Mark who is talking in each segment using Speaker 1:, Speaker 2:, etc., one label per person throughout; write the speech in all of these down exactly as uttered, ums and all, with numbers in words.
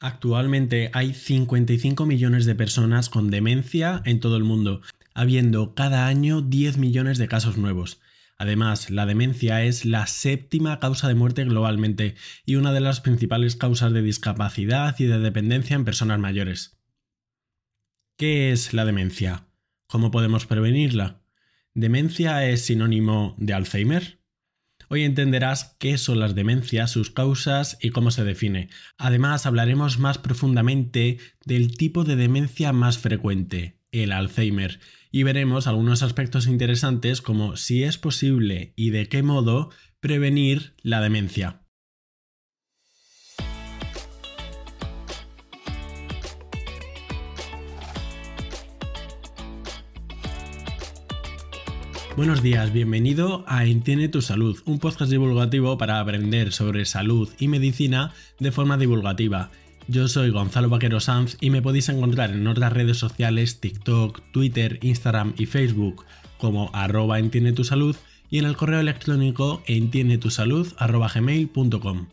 Speaker 1: Actualmente hay cincuenta y cinco millones de personas con demencia en todo el mundo, habiendo cada año diez millones de casos nuevos. Además, la demencia es la séptima causa de muerte globalmente y una de las principales causas de discapacidad y de dependencia en personas mayores. ¿Qué es la demencia? ¿Cómo podemos prevenirla? ¿Demencia es sinónimo de Alzheimer? Hoy entenderás qué son las demencias, sus causas y cómo se define. Además, hablaremos más profundamente del tipo de demencia más frecuente, el Alzheimer, y veremos algunos aspectos interesantes como si es posible y de qué modo prevenir la demencia. Buenos días, bienvenido a Entiende tu Salud, un podcast divulgativo para aprender sobre salud y medicina de forma divulgativa. Yo soy Gonzalo Vaquero Sanz y me podéis encontrar en otras redes sociales, TikTok, Twitter, Instagram y Facebook como arroba entiende tu salud y en el correo electrónico entiendetusalud arroba gmail punto com.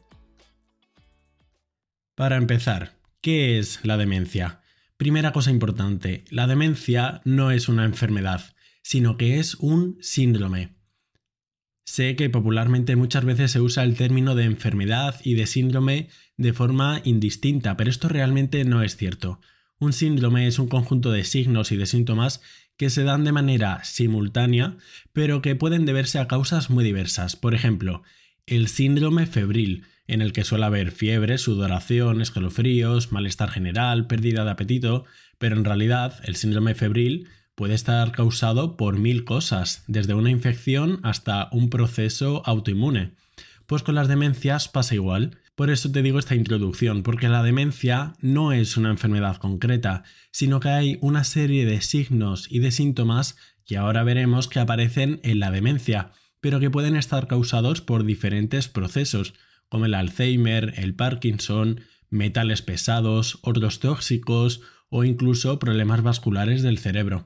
Speaker 1: Para empezar, ¿qué es la demencia? Primera cosa importante, la demencia no es una enfermedad, sino que es un síndrome. Sé que popularmente muchas veces se usa el término de enfermedad y de síndrome de forma indistinta, pero esto realmente no es cierto. Un síndrome es un conjunto de signos y de síntomas que se dan de manera simultánea, pero que pueden deberse a causas muy diversas. Por ejemplo, el síndrome febril, en el que suele haber fiebre, sudoración, escalofríos, malestar general, pérdida de apetito, pero en realidad el síndrome febril puede estar causado por mil cosas, desde una infección hasta un proceso autoinmune. Pues con las demencias pasa igual. Por eso te digo esta introducción, porque la demencia no es una enfermedad concreta, sino que hay una serie de signos y de síntomas que ahora veremos que aparecen en la demencia, pero que pueden estar causados por diferentes procesos, como el Alzheimer, el Parkinson, metales pesados, otros tóxicos o incluso problemas vasculares del cerebro.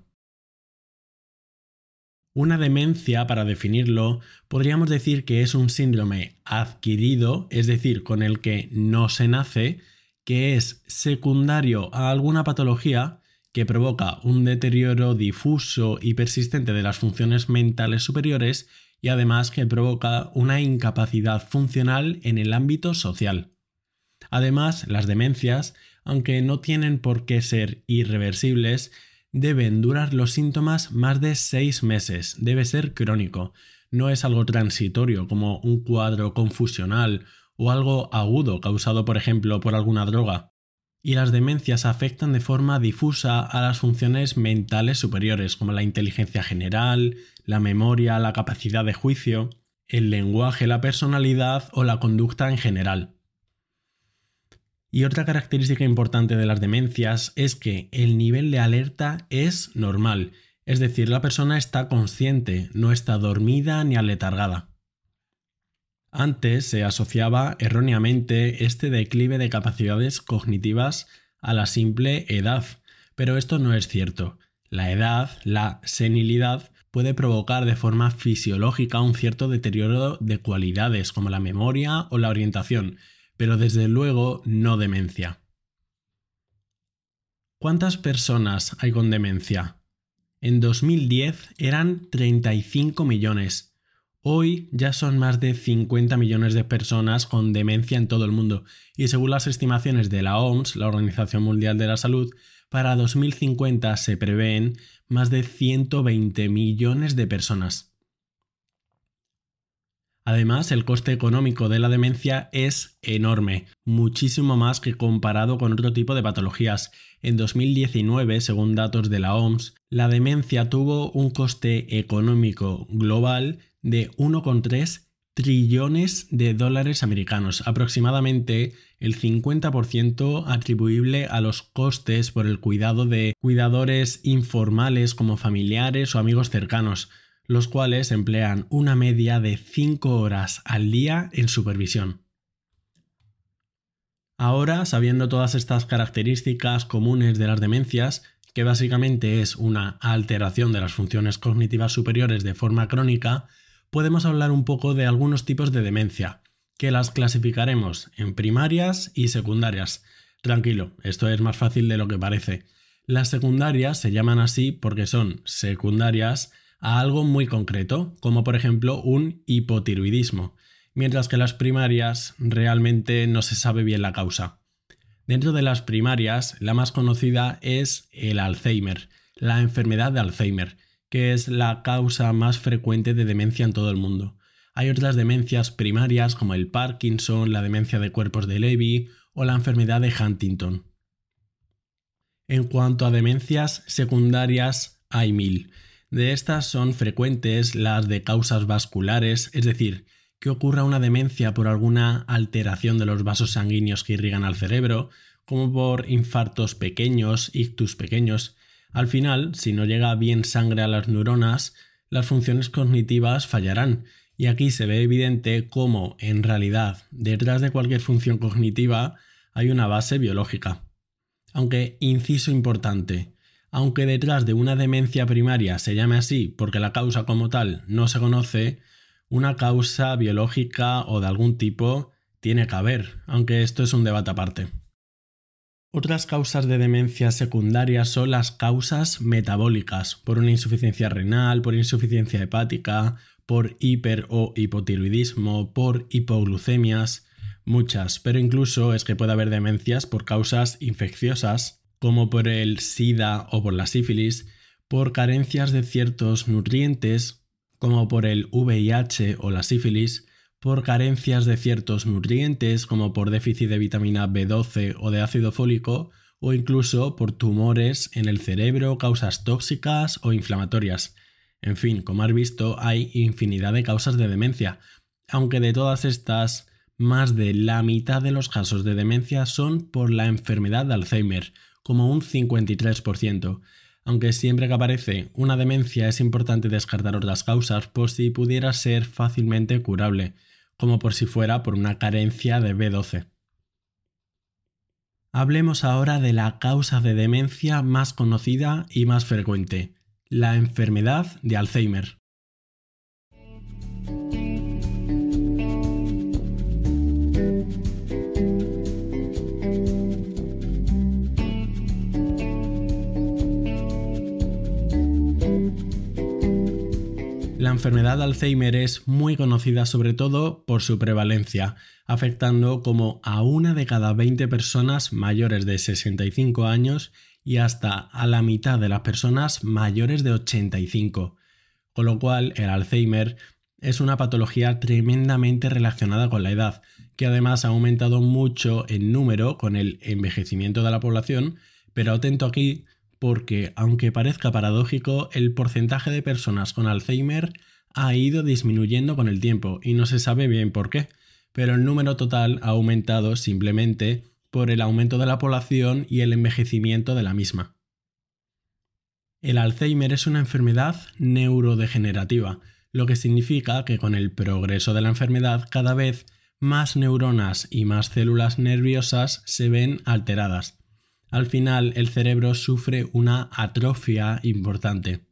Speaker 1: Una demencia, para definirlo, podríamos decir que es un síndrome adquirido, es decir, con el que no se nace, que es secundario a alguna patología que provoca un deterioro difuso y persistente de las funciones mentales superiores y además que provoca una incapacidad funcional en el ámbito social. Además, las demencias, aunque no tienen por qué ser irreversibles, deben durar los síntomas más de seis meses, debe ser crónico, no es algo transitorio como un cuadro confusional o algo agudo causado por ejemplo por alguna droga. Y las demencias afectan de forma difusa a las funciones mentales superiores como la inteligencia general, la memoria, la capacidad de juicio, el lenguaje, la personalidad o la conducta en general. Y otra característica importante de las demencias es que el nivel de alerta es normal, es decir, la persona está consciente, no está dormida ni aletargada. Antes se asociaba erróneamente este declive de capacidades cognitivas a la simple edad, pero esto no es cierto. La edad, la senilidad, puede provocar de forma fisiológica un cierto deterioro de cualidades como la memoria o la orientación, pero desde luego no demencia. ¿Cuántas personas hay con demencia? En dos mil diez eran treinta y cinco millones. Hoy ya son más de cincuenta millones de personas con demencia en todo el mundo y según las estimaciones de la O M S, la Organización Mundial de la Salud, para dos mil cincuenta se prevén más de ciento veinte millones de personas. Además, el coste económico de la demencia es enorme, muchísimo más que comparado con otro tipo de patologías. En dos mil diecinueve, según datos de la O M S, la demencia tuvo un coste económico global de uno coma tres trillones de dólares americanos, aproximadamente el cincuenta por ciento atribuible a los costes por el cuidado de cuidadores informales como familiares o amigos cercanos, los cuales emplean una media de cinco horas al día en supervisión. Ahora, sabiendo todas estas características comunes de las demencias, que básicamente es una alteración de las funciones cognitivas superiores de forma crónica, podemos hablar un poco de algunos tipos de demencia, que las clasificaremos en primarias y secundarias. Tranquilo, esto es más fácil de lo que parece. Las secundarias se llaman así porque son secundarias a algo muy concreto, como por ejemplo un hipotiroidismo, mientras que las primarias realmente no se sabe bien la causa. Dentro de las primarias, la más conocida es el Alzheimer, la enfermedad de Alzheimer, que es la causa más frecuente de demencia en todo el mundo. Hay otras demencias primarias como el Parkinson, la demencia de cuerpos de Levy o la enfermedad de Huntington. En cuanto a demencias secundarias, hay mil. De estas son frecuentes las de causas vasculares, es decir, que ocurra una demencia por alguna alteración de los vasos sanguíneos que irrigan al cerebro, como por infartos pequeños, ictus pequeños. Al final, si no llega bien sangre a las neuronas, las funciones cognitivas fallarán, y aquí se ve evidente cómo, en realidad, detrás de cualquier función cognitiva hay una base biológica. Aunque, inciso importante, aunque detrás de una demencia primaria se llame así porque la causa como tal no se conoce, una causa biológica o de algún tipo tiene que haber, aunque esto es un debate aparte. Otras causas de demencia secundaria son las causas metabólicas, por una insuficiencia renal, por insuficiencia hepática, por hiper o hipotiroidismo, por hipoglucemias, muchas, pero incluso es que puede haber demencias por causas infecciosas, como por el SIDA o por la sífilis, por carencias de ciertos nutrientes, como por el V I H o la sífilis, por carencias de ciertos nutrientes, como por déficit de vitamina B doce o de ácido fólico, o incluso por tumores en el cerebro, causas tóxicas o inflamatorias. En fin, como has visto, hay infinidad de causas de demencia, aunque de todas estas, más de la mitad de los casos de demencia son por la enfermedad de Alzheimer, como un cincuenta y tres por ciento. Aunque siempre que aparece una demencia es importante descartar otras causas por si pudiera ser fácilmente curable, como por si fuera por una carencia de B doce. Hablemos ahora de la causa de demencia más conocida y más frecuente, la enfermedad de Alzheimer. La enfermedad de Alzheimer es muy conocida sobre todo por su prevalencia, afectando como a una de cada veinte personas mayores de sesenta y cinco años y hasta a la mitad de las personas mayores de ochenta y cinco. Con lo cual, el Alzheimer es una patología tremendamente relacionada con la edad, que además ha aumentado mucho en número con el envejecimiento de la población, pero atento aquí, porque, aunque parezca paradójico, el porcentaje de personas con Alzheimer ha ido disminuyendo con el tiempo y no se sabe bien por qué, pero el número total ha aumentado simplemente por el aumento de la población y el envejecimiento de la misma. El Alzheimer es una enfermedad neurodegenerativa, lo que significa que con el progreso de la enfermedad cada vez más neuronas y más células nerviosas se ven alteradas. Al final, el cerebro sufre una atrofia importante.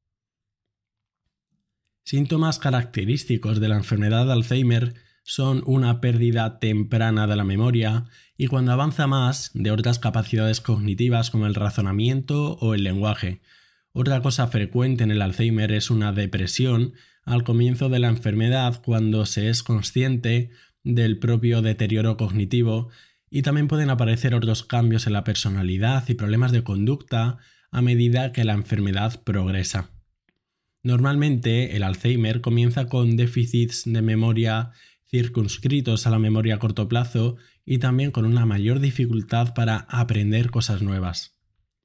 Speaker 1: Síntomas característicos de la enfermedad de Alzheimer son una pérdida temprana de la memoria y, cuando avanza más, de otras capacidades cognitivas como el razonamiento o el lenguaje. Otra cosa frecuente en el Alzheimer es una depresión al comienzo de la enfermedad, cuando se es consciente del propio deterioro cognitivo, y también pueden aparecer otros cambios en la personalidad y problemas de conducta a medida que la enfermedad progresa. Normalmente el Alzheimer comienza con déficits de memoria circunscritos a la memoria a corto plazo y también con una mayor dificultad para aprender cosas nuevas.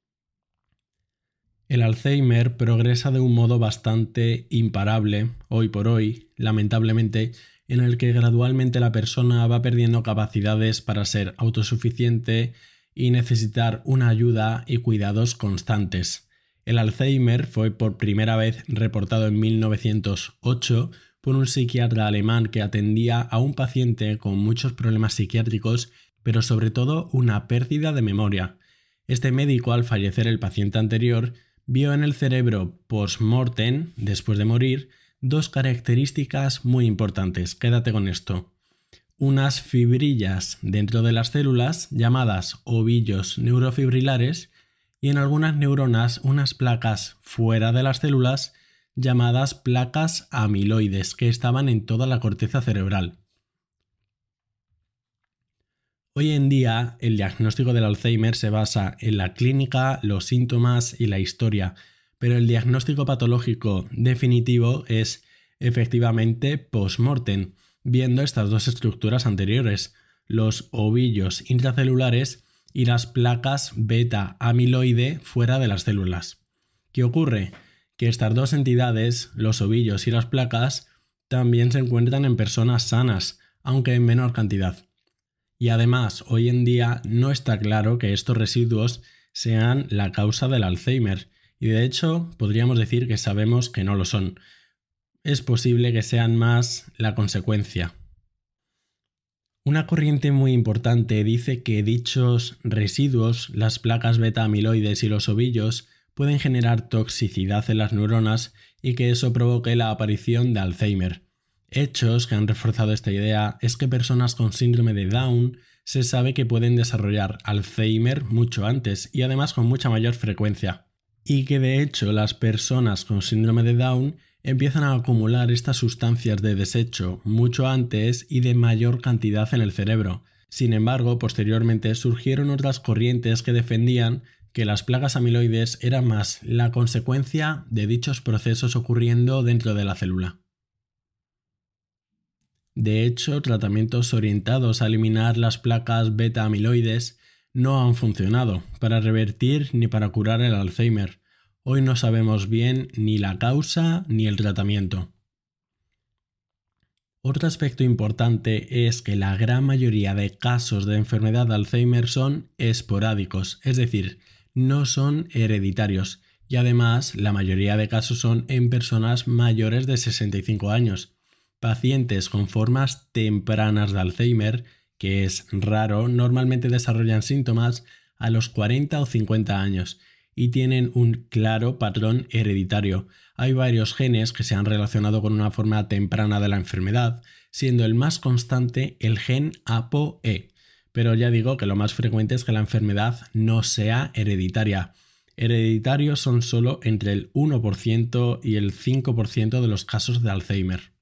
Speaker 1: El Alzheimer progresa de un modo bastante imparable, hoy por hoy, lamentablemente, en el que gradualmente la persona va perdiendo capacidades para ser autosuficiente y necesitar una ayuda y cuidados constantes. El Alzheimer fue por primera vez reportado en mil novecientos ocho por un psiquiatra alemán que atendía a un paciente con muchos problemas psiquiátricos, pero sobre todo una pérdida de memoria. Este médico, al fallecer el paciente anterior, vio en el cerebro post-mortem, después de morir, dos características muy importantes. Quédate con esto. unas fibrillas dentro de las células llamadas ovillos neurofibrilares y en algunas neuronas unas placas fuera de las células llamadas placas amiloides que estaban en toda la corteza cerebral. Hoy en día el diagnóstico del Alzheimer se basa en la clínica, los síntomas y la historia, pero el diagnóstico patológico definitivo es efectivamente post-mortem, viendo estas dos estructuras anteriores, los ovillos intracelulares y las placas beta-amiloide fuera de las células. ¿Qué ocurre? Que estas dos entidades, los ovillos y las placas, también se encuentran en personas sanas, aunque en menor cantidad. Y además, hoy en día no está claro que estos residuos sean la causa del Alzheimer, y de hecho podríamos decir que sabemos que no lo son. Es posible que sean más la consecuencia. Una corriente muy importante dice que dichos residuos, las placas beta-amiloides y los ovillos, pueden generar toxicidad en las neuronas y que eso provoque la aparición de Alzheimer. Hechos que han reforzado esta idea es que personas con síndrome de Down se sabe que pueden desarrollar Alzheimer mucho antes y además con mucha mayor frecuencia. Y que de hecho las personas con síndrome de Down empiezan a acumular estas sustancias de desecho mucho antes y de mayor cantidad en el cerebro. Sin embargo, posteriormente surgieron otras corrientes que defendían que las placas amiloides eran más la consecuencia de dichos procesos ocurriendo dentro de la célula. De hecho, tratamientos orientados a eliminar las placas beta-amiloides no han funcionado para revertir ni para curar el Alzheimer. Hoy no sabemos bien ni la causa ni el tratamiento. Otro aspecto importante es que la gran mayoría de casos de enfermedad de Alzheimer son esporádicos, es decir, no son hereditarios, y además la mayoría de casos son en personas mayores de sesenta y cinco años. Pacientes con formas tempranas de Alzheimer, que es raro, normalmente desarrollan síntomas a los cuarenta o cincuenta años y tienen un claro patrón hereditario. Hay varios genes que se han relacionado con una forma temprana de la enfermedad, siendo el más constante el gen A P O E. Pero ya digo que lo más frecuente es que la enfermedad no sea hereditaria. Hereditarios son solo entre el uno por ciento y el cinco por ciento de los casos de Alzheimer.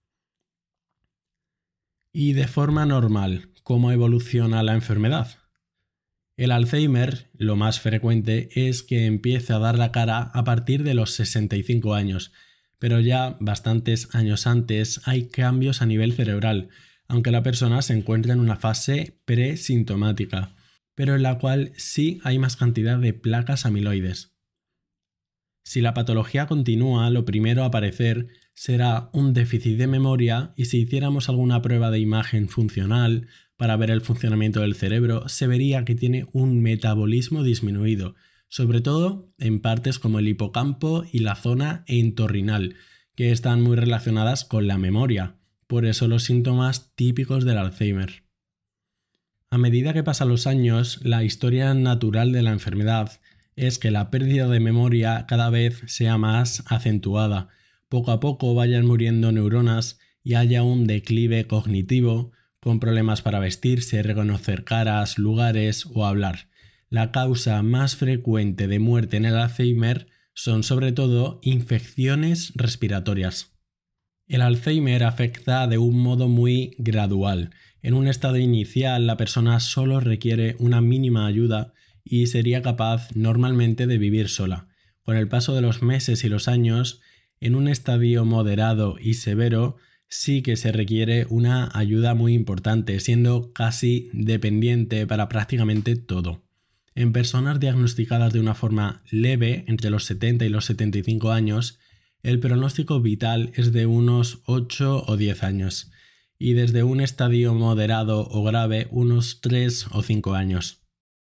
Speaker 1: Y de forma normal, ¿cómo evoluciona la enfermedad? El Alzheimer, lo más frecuente, es que empiece a dar la cara a partir de los sesenta y cinco años, pero ya bastantes años antes hay cambios a nivel cerebral, aunque la persona se encuentra en una fase presintomática, pero en la cual sí hay más cantidad de placas amiloides. Si la patología continúa, lo primero a aparecer será un déficit de memoria y si hiciéramos alguna prueba de imagen funcional para ver el funcionamiento del cerebro, se vería que tiene un metabolismo disminuido, sobre todo en partes como el hipocampo y la zona entorrinal, que están muy relacionadas con la memoria, por eso los síntomas típicos del Alzheimer. A medida que pasan los años, la historia natural de la enfermedad es que la pérdida de memoria cada vez sea más acentuada. Poco a poco vayan muriendo neuronas y haya un declive cognitivo, con problemas para vestirse, reconocer caras, lugares o hablar. La causa más frecuente de muerte en el Alzheimer son sobre todo infecciones respiratorias. El Alzheimer afecta de un modo muy gradual. En un estado inicial la persona solo requiere una mínima ayuda y sería capaz normalmente de vivir sola. Con el paso de los meses y los años, en un estadio moderado y severo, sí que se requiere una ayuda muy importante, siendo casi dependiente para prácticamente todo. En personas diagnosticadas de una forma leve, entre los setenta y los setenta y cinco años, el pronóstico vital es de unos ocho o diez años, y desde un estadio moderado o grave, unos tres o cinco años.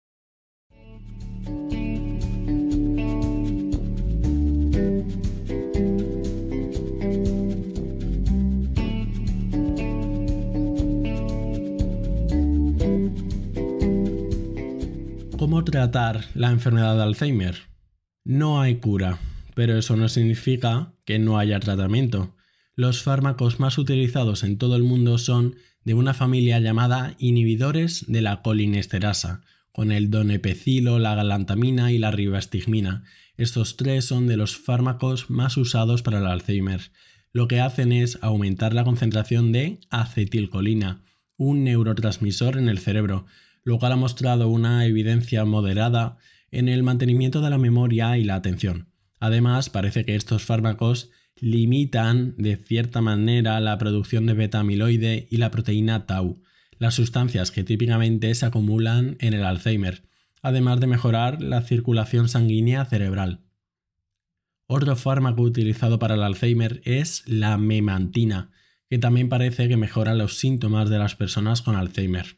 Speaker 1: ¿Cómo tratar la enfermedad de Alzheimer? No hay cura, pero eso no significa que no haya tratamiento. Los fármacos más utilizados en todo el mundo son de una familia llamada inhibidores de la colinesterasa, con el donepezilo, la galantamina y la ribastigmina. Estos tres son de los fármacos más usados para el Alzheimer. Lo que hacen es aumentar la concentración de acetilcolina, un neurotransmisor en el cerebro, lo cual ha mostrado una evidencia moderada en el mantenimiento de la memoria y la atención. Además, parece que estos fármacos limitan de cierta manera la producción de beta-amiloide y la proteína tau, las sustancias que típicamente se acumulan en el Alzheimer, además de mejorar la circulación sanguínea cerebral. Otro fármaco utilizado para el Alzheimer es la memantina, que también parece que mejora los síntomas de las personas con Alzheimer.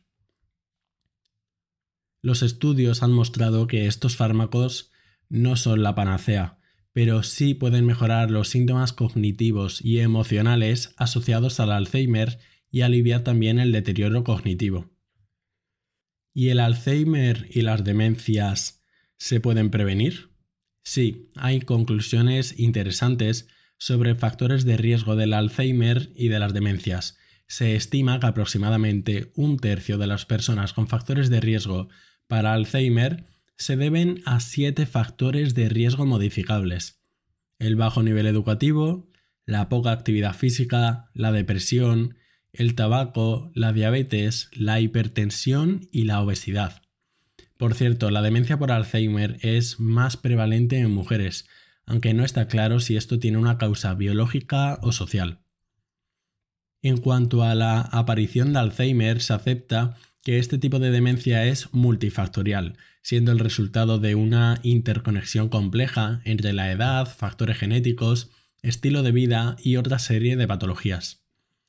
Speaker 1: Los estudios han mostrado que estos fármacos no son la panacea, pero sí pueden mejorar los síntomas cognitivos y emocionales asociados al Alzheimer y aliviar también el deterioro cognitivo. ¿Y el Alzheimer y las demencias se pueden prevenir? Sí, hay conclusiones interesantes sobre factores de riesgo del Alzheimer y de las demencias. Se estima que aproximadamente un tercio de las personas con factores de riesgo para Alzheimer se deben a siete factores de riesgo modificables: el bajo nivel educativo, la poca actividad física, la depresión, el tabaco, la diabetes, la hipertensión y la obesidad. Por cierto, la demencia por Alzheimer es más prevalente en mujeres, aunque no está claro si esto tiene una causa biológica o social. En cuanto a la aparición de Alzheimer, se acepta que este tipo de demencia es multifactorial, siendo el resultado de una interconexión compleja entre la edad, factores genéticos, estilo de vida y otra serie de patologías.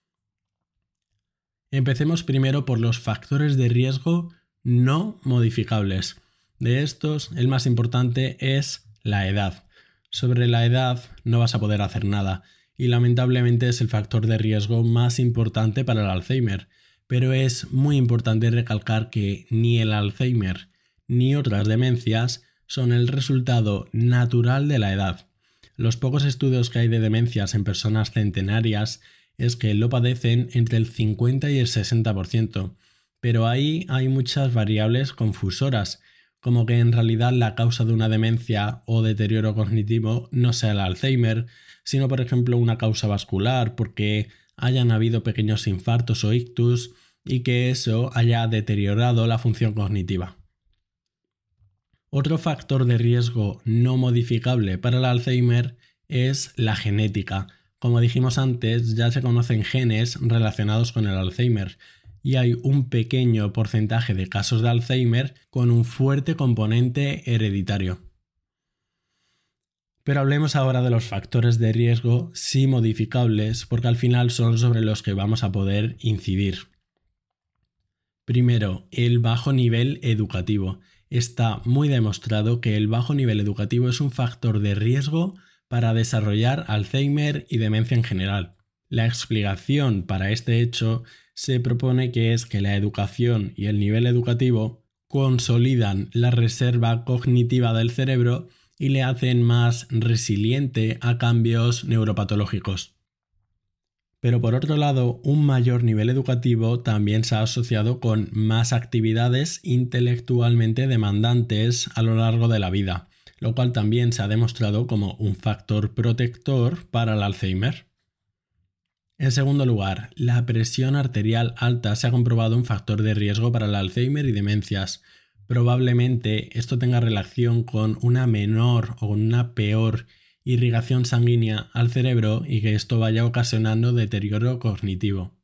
Speaker 1: Empecemos primero por los factores de riesgo no modificables. De estos, el más importante es la edad. Sobre la edad no vas a poder hacer nada, y lamentablemente es el factor de riesgo más importante para el Alzheimer. Pero es muy importante recalcar que ni el Alzheimer ni otras demencias son el resultado natural de la edad. Los pocos estudios que hay de demencias en personas centenarias es que lo padecen entre el cincuenta y el sesenta por ciento, pero ahí hay muchas variables confusoras, como que en realidad la causa de una demencia o deterioro cognitivo no sea el Alzheimer, sino por ejemplo una causa vascular, porque hayan habido pequeños infartos o ictus y que eso haya deteriorado la función cognitiva. Otro factor de riesgo no modificable para el Alzheimer es la genética. Como dijimos antes, ya se conocen genes relacionados con el Alzheimer y hay un pequeño porcentaje de casos de Alzheimer con un fuerte componente hereditario. Pero hablemos ahora de los factores de riesgo sí modificables, porque al final son sobre los que vamos a poder incidir. Primero, el bajo nivel educativo. Está muy demostrado que el bajo nivel educativo es un factor de riesgo para desarrollar Alzheimer y demencia en general. La explicación para este hecho se propone que es que la educación y el nivel educativo consolidan la reserva cognitiva del cerebro y le hacen más resiliente a cambios neuropatológicos. Pero por otro lado, un mayor nivel educativo también se ha asociado con más actividades intelectualmente demandantes a lo largo de la vida, lo cual también se ha demostrado como un factor protector para el Alzheimer. En segundo lugar, la presión arterial alta se ha comprobado un factor de riesgo para el Alzheimer y demencias. Probablemente esto tenga relación con una menor o una peor irrigación sanguínea al cerebro y que esto vaya ocasionando deterioro cognitivo.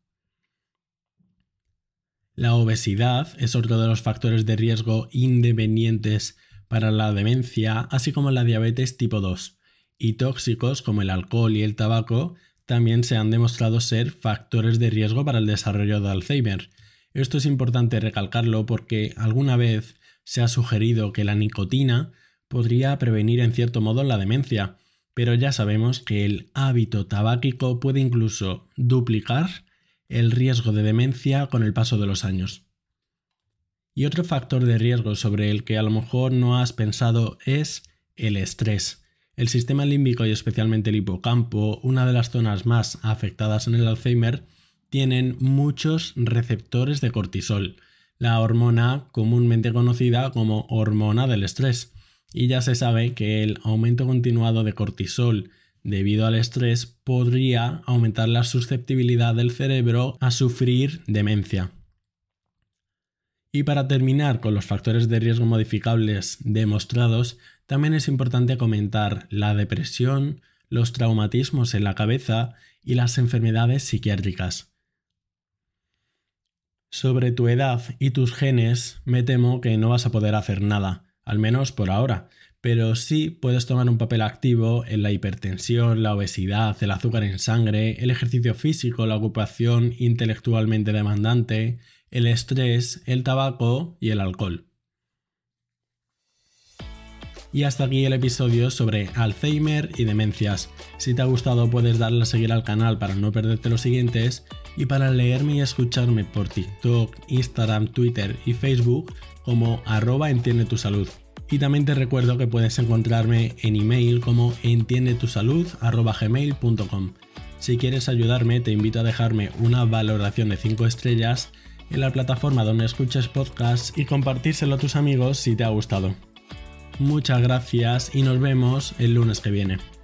Speaker 1: La obesidad es otro de los factores de riesgo independientes para la demencia, así como la diabetes tipo dos, y tóxicos como el alcohol y el tabaco también se han demostrado ser factores de riesgo para el desarrollo de Alzheimer. Esto es importante recalcarlo porque alguna vez se ha sugerido que la nicotina podría prevenir en cierto modo la demencia, pero ya sabemos que el hábito tabáquico puede incluso duplicar el riesgo de demencia con el paso de los años. Y otro factor de riesgo sobre el que a lo mejor no has pensado es el estrés. El sistema límbico y especialmente el hipocampo, una de las zonas más afectadas en el Alzheimer, tienen muchos receptores de cortisol, la hormona comúnmente conocida como hormona del estrés. Y ya se sabe que el aumento continuado de cortisol debido al estrés podría aumentar la susceptibilidad del cerebro a sufrir demencia. Y para terminar con los factores de riesgo modificables demostrados, también es importante comentar la depresión, los traumatismos en la cabeza y las enfermedades psiquiátricas. Sobre tu edad y tus genes, me temo que no vas a poder hacer nada, al menos por ahora, pero sí puedes tomar un papel activo en la hipertensión, la obesidad, el azúcar en sangre, el ejercicio físico, la ocupación intelectualmente demandante, el estrés, el tabaco y el alcohol. Y hasta aquí el episodio sobre Alzheimer y demencias. Si te ha gustado puedes darle a seguir al canal para no perderte los siguientes, y para leerme y escucharme por TikTok, Instagram, Twitter y Facebook como arroba entiende tu salud. Y también te recuerdo que puedes encontrarme en email como entiendetusalud arroba gmail punto com. Si quieres ayudarme te invito a dejarme una valoración de cinco estrellas en la plataforma donde escuches podcasts y compartírselo a tus amigos si te ha gustado. Muchas gracias y nos vemos el lunes que viene.